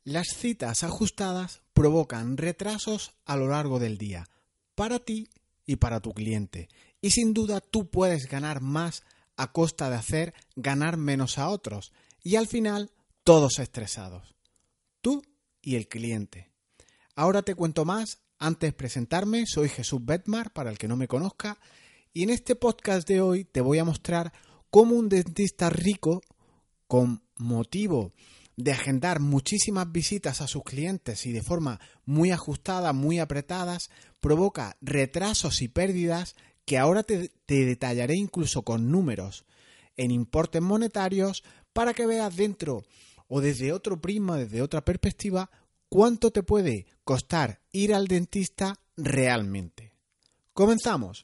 Las citas ajustadas provocan retrasos a lo largo del día, para ti y para tu cliente. Y sin duda tú puedes ganar más a costa de hacer ganar menos a otros. Y al final, todos estresados. Tú y el cliente. Ahora te cuento más. Antes de presentarme, soy Jesús Bedmar, para el que no me conozca. Y en este podcast de hoy te voy a mostrar cómo un dentista rico, con motivo de agendar muchísimas visitas a sus clientes y de forma muy ajustada, muy apretadas, provoca retrasos y pérdidas que ahora te detallaré incluso con números en importes monetarios para que veas dentro o desde otro prisma, desde otra perspectiva, cuánto te puede costar ir al dentista realmente. ¡Comenzamos!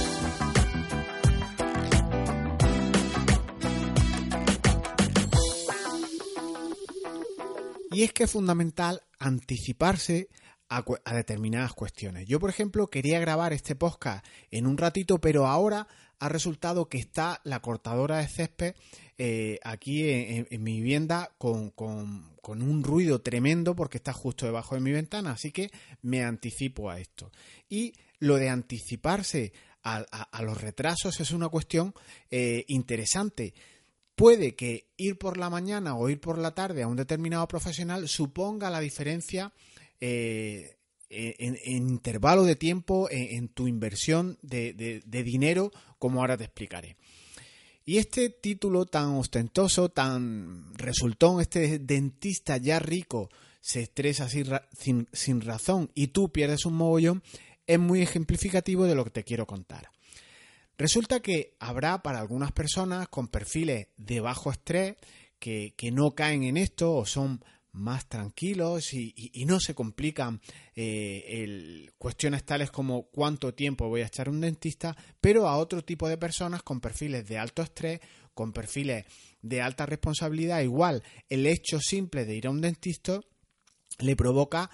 Y es que es fundamental anticiparse a determinadas cuestiones. Yo, por ejemplo, quería grabar este podcast en un ratito, pero ahora ha resultado que está la cortadora de césped aquí en mi vivienda con un ruido tremendo porque está justo debajo de mi ventana, así que me anticipo a esto. Y lo de anticiparse a los retrasos es una cuestión interesante. Puede que ir por la mañana o ir por la tarde a un determinado profesional suponga la diferencia en intervalo de tiempo en tu inversión de dinero, como ahora te explicaré. Y este título tan ostentoso, tan resultón, este dentista ya rico se estresa sin razón y tú pierdes un mogollón, es muy ejemplificativo de lo que te quiero contar. Resulta que habrá para algunas personas con perfiles de bajo estrés que no caen en esto o son más tranquilos y no se complican cuestiones tales como cuánto tiempo voy a echar un dentista, pero a otro tipo de personas con perfiles de alto estrés, con perfiles de alta responsabilidad, igual el hecho simple de ir a un dentista le provoca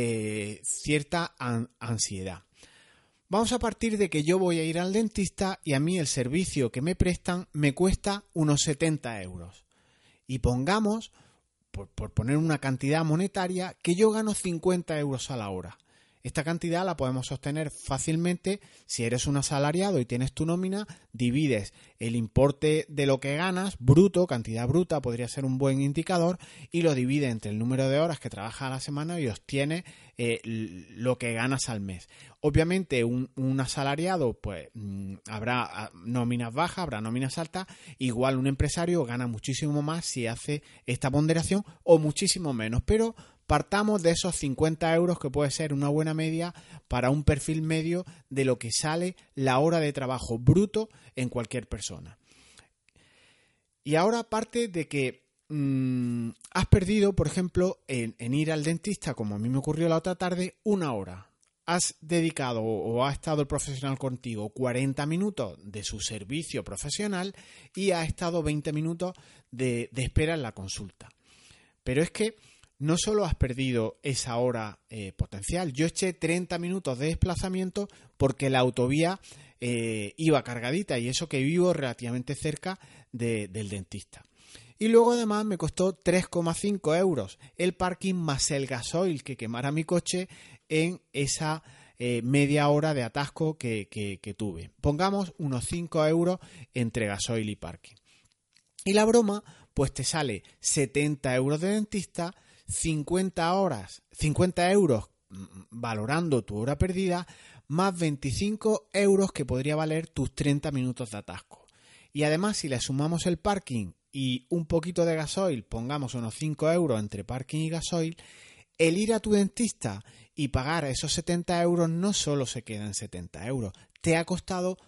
cierta ansiedad. Vamos a partir de que yo voy a ir al dentista y a mí el servicio que me prestan me cuesta unos 70 euros. Y pongamos, por poner una cantidad monetaria, que yo gano 50 euros a la hora. Esta cantidad la podemos obtener fácilmente si eres un asalariado y tienes tu nómina, divides el importe de lo que ganas, bruto, cantidad bruta, podría ser un buen indicador, y lo divides entre el número de horas que trabajas a la semana y obtienes lo que ganas al mes. Obviamente un asalariado pues habrá nóminas bajas, habrá nóminas altas, igual un empresario gana muchísimo más si hace esta ponderación o muchísimo menos, pero partamos de esos 50 euros que puede ser una buena media para un perfil medio de lo que sale la hora de trabajo bruto en cualquier persona. Y ahora parte de que has perdido, por ejemplo, en ir al dentista, como a mí me ocurrió la otra tarde, una hora. Has dedicado o ha estado el profesional contigo 40 minutos de su servicio profesional y ha estado 20 minutos de espera en la consulta. Pero es que no solo has perdido esa hora potencial, yo eché 30 minutos de desplazamiento porque la autovía iba cargadita y eso que vivo relativamente cerca del dentista. Y luego además me costó 3,5 euros el parking más el gasoil que quemara mi coche en esa media hora de atasco que tuve. Pongamos unos 5 euros entre gasoil y parking. Y la broma pues te sale 70 euros de dentista, 50 euros valorando tu hora perdida, más 25 euros que podría valer tus 30 minutos de atasco. Y además, si le sumamos el parking y un poquito de gasoil, pongamos unos 5 euros entre parking y gasoil, el ir a tu dentista y pagar esos 70 euros no solo se queda en 70 euros, te ha costado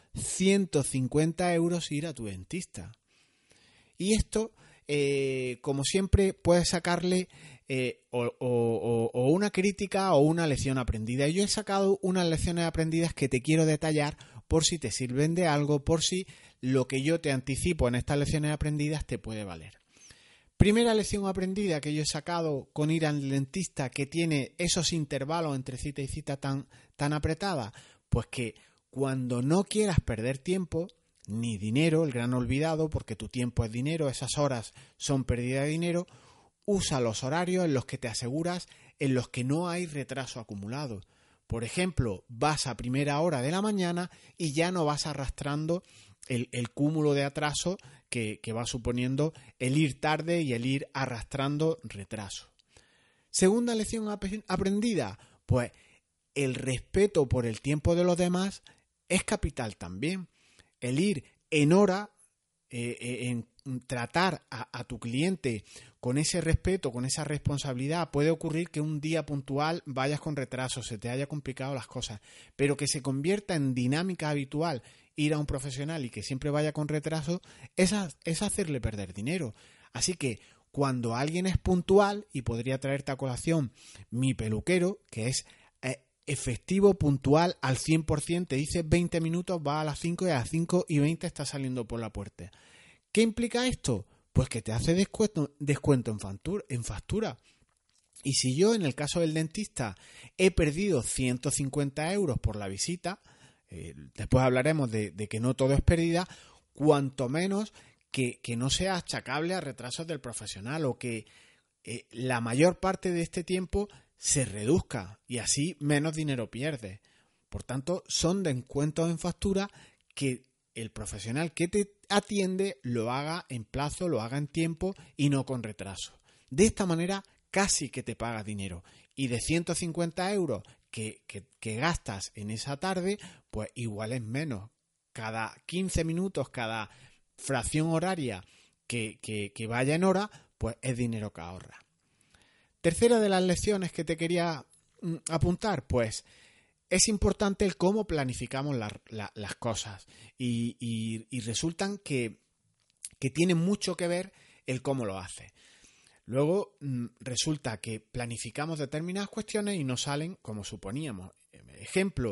150 euros ir a tu dentista. Y esto, como siempre, puedes sacarle o una crítica o una lección aprendida. Yo he sacado unas lecciones aprendidas que te quiero detallar por si te sirven de algo, por si lo que yo te anticipo en estas lecciones aprendidas te puede valer. Primera lección aprendida que yo he sacado con ir al dentista que tiene esos intervalos entre cita y cita tan apretada, pues que cuando no quieras perder tiempo, ni dinero, el gran olvidado, porque tu tiempo es dinero, esas horas son pérdida de dinero, usa los horarios en los que te aseguras en los que no hay retraso acumulado. Por ejemplo, vas a primera hora de la mañana y ya no vas arrastrando el cúmulo de atraso que va suponiendo el ir tarde y el ir arrastrando retraso. Segunda lección aprendida, pues el respeto por el tiempo de los demás es capital también. El ir en hora, en tratar a tu cliente con ese respeto, con esa responsabilidad. Puede ocurrir que un día puntual vayas con retraso, se te haya complicado las cosas, pero que se convierta en dinámica habitual ir a un profesional y que siempre vaya con retraso es hacerle perder dinero. Así que cuando alguien es puntual, y podría traerte a colación mi peluquero, que es efectivo, puntual al 100%, te dice 20 minutos, va a las 5 y a las 5:20 está saliendo por la puerta. ¿Qué implica esto? Pues que te hace descuento en factura. Y si yo, en el caso del dentista, he perdido 150 euros por la visita, después hablaremos de que no todo es pérdida, cuanto menos que no sea achacable a retrasos del profesional, o que la mayor parte de este tiempo se reduzca y así menos dinero pierdes. Por tanto, son descuentos en factura que el profesional que te atiende lo haga en plazo, lo haga en tiempo y no con retraso. De esta manera casi que te pagas dinero, y de 150 euros que gastas en esa tarde, pues igual es menos. Cada 15 minutos, cada fracción horaria que vaya en hora, pues es dinero que ahorra. Tercera de las lecciones que te quería apuntar, pues es importante el cómo planificamos las cosas, y resultan que tiene mucho que ver el cómo lo haces. Luego resulta que planificamos determinadas cuestiones y no salen como suponíamos. Ejemplo,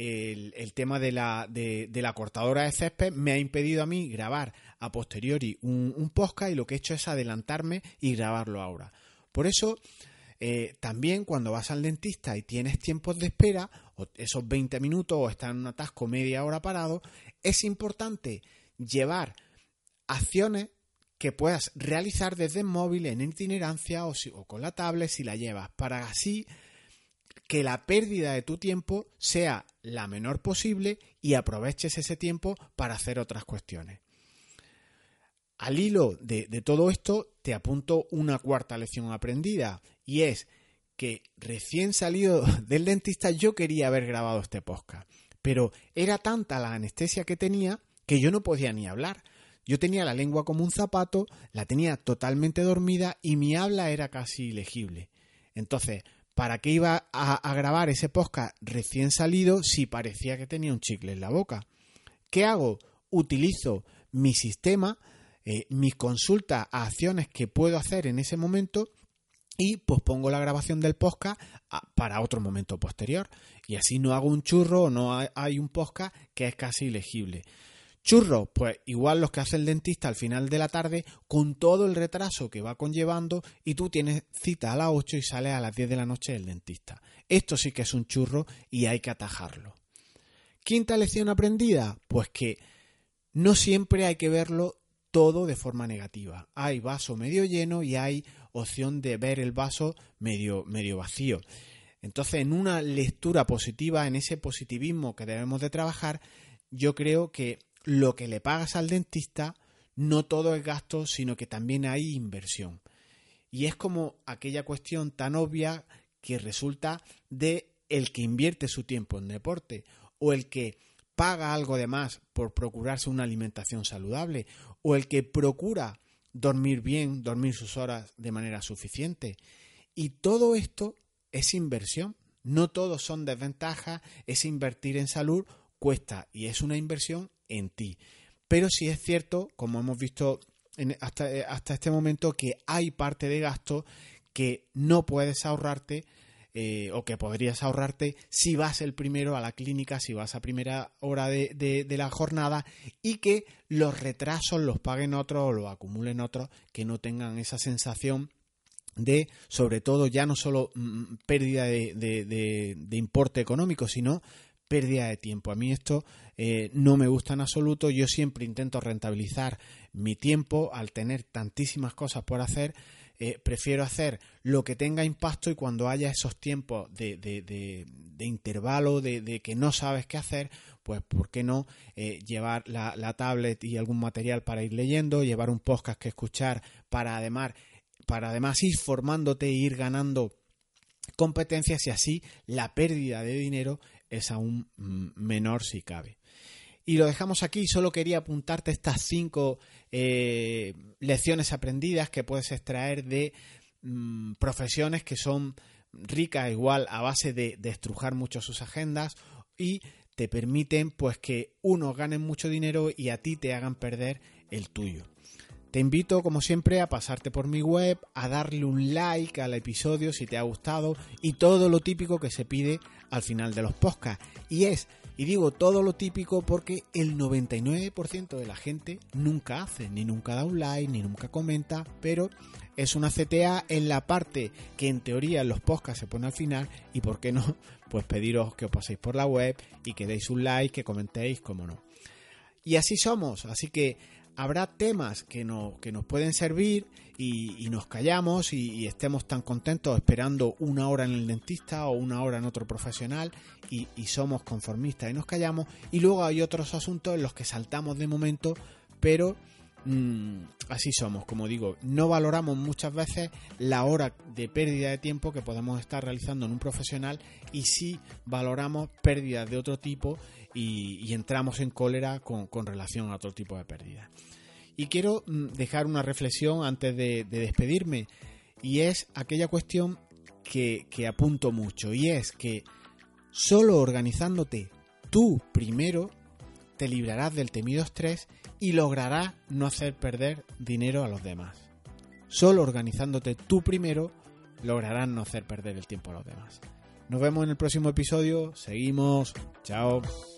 el tema de la cortadora de césped me ha impedido a mí grabar a posteriori un podcast, y lo que he hecho es adelantarme y grabarlo ahora. Por eso, también cuando vas al dentista y tienes tiempos de espera, o esos 20 minutos, o estás en un atasco media hora parado, es importante llevar acciones que puedas realizar desde el móvil, en itinerancia o con la tablet si la llevas, para así que la pérdida de tu tiempo sea la menor posible y aproveches ese tiempo para hacer otras cuestiones. Al hilo de todo esto, te apunto una cuarta lección aprendida, y es que recién salido del dentista yo quería haber grabado este podcast, pero era tanta la anestesia que tenía que yo no podía ni hablar. Yo tenía la lengua como un zapato, la tenía totalmente dormida y mi habla era casi ilegible. Entonces, ¿para qué iba a grabar ese podcast recién salido si parecía que tenía un chicle en la boca? ¿Qué hago? Utilizo mi sistema, mis consultas a acciones que puedo hacer en ese momento, y pospongo la grabación del podcast para otro momento posterior. Y así no hago un churro, o no hay un podcast que es casi ilegible. Churros, pues igual los que hace el dentista al final de la tarde, con todo el retraso que va conllevando, y tú tienes cita a las 8 y sales a las 10 de la noche del dentista. Esto sí que es un churro y hay que atajarlo. Quinta lección aprendida, pues que no siempre hay que verlo todo de forma negativa. Hay vaso medio lleno y hay opción de ver el vaso medio vacío. Entonces, en una lectura positiva, en ese positivismo que debemos de trabajar, yo creo que lo que le pagas al dentista no todo es gasto, sino que también hay inversión. Y es como aquella cuestión tan obvia que resulta de el que invierte su tiempo en deporte, o el que paga algo de más por procurarse una alimentación saludable, o el que procura dormir bien, dormir sus horas de manera suficiente. Y todo esto es inversión. No todos son desventajas. Es invertir en salud, cuesta, y es una inversión en ti. Pero sí es cierto, como hemos visto hasta este momento, que hay parte de gasto que no puedes ahorrarte, o que podrías ahorrarte si vas el primero a la clínica, si vas a primera hora de la jornada, y que los retrasos los paguen otros o los acumulen otros, que no tengan esa sensación de, sobre todo, ya no solo pérdida de importe económico, sino pérdida de tiempo. A mí esto no me gusta en absoluto. Yo siempre intento rentabilizar mi tiempo al tener tantísimas cosas por hacer. prefiero hacer lo que tenga impacto, y cuando haya esos tiempos de intervalo, de que no sabes qué hacer, pues ¿por qué no llevar la tablet y algún material para ir leyendo, llevar un podcast que escuchar para además ir formándote e ir ganando competencias, y así la pérdida de dinero es aún menor si cabe. Y lo dejamos aquí. Solo quería apuntarte estas 5 lecciones aprendidas que puedes extraer de profesiones que son ricas igual a base de estrujar mucho sus agendas y te permiten pues que unos ganen mucho dinero y a ti te hagan perder el tuyo. Te invito, como siempre, a pasarte por mi web, a darle un like al episodio si te ha gustado, y todo lo típico que se pide al final de los podcasts. Y digo todo lo típico porque el 99% de la gente nunca hace, ni nunca da un like, ni nunca comenta, pero es una CTA en la parte que en teoría en los podcasts se pone al final, y por qué no, pues pediros que os paséis por la web y que deis un like, que comentéis, como no. Y así somos, así que habrá temas que nos pueden servir y nos callamos y estemos tan contentos esperando 1 hora en el dentista o 1 hora en otro profesional y somos conformistas y nos callamos, y luego hay otros asuntos en los que saltamos de momento, pero así somos. Como digo, no valoramos muchas veces la hora de pérdida de tiempo que podemos estar realizando en un profesional, y sí valoramos pérdidas de otro tipo y entramos en cólera con relación a otro tipo de pérdidas. Y quiero dejar una reflexión antes de despedirme, y es aquella cuestión que apunto mucho, y es que solo organizándote tú primero te librarás del temido estrés y lograrás no hacer perder dinero a los demás. Solo organizándote tú primero lograrás no hacer perder el tiempo a los demás. Nos vemos en el próximo episodio. Seguimos. Chao.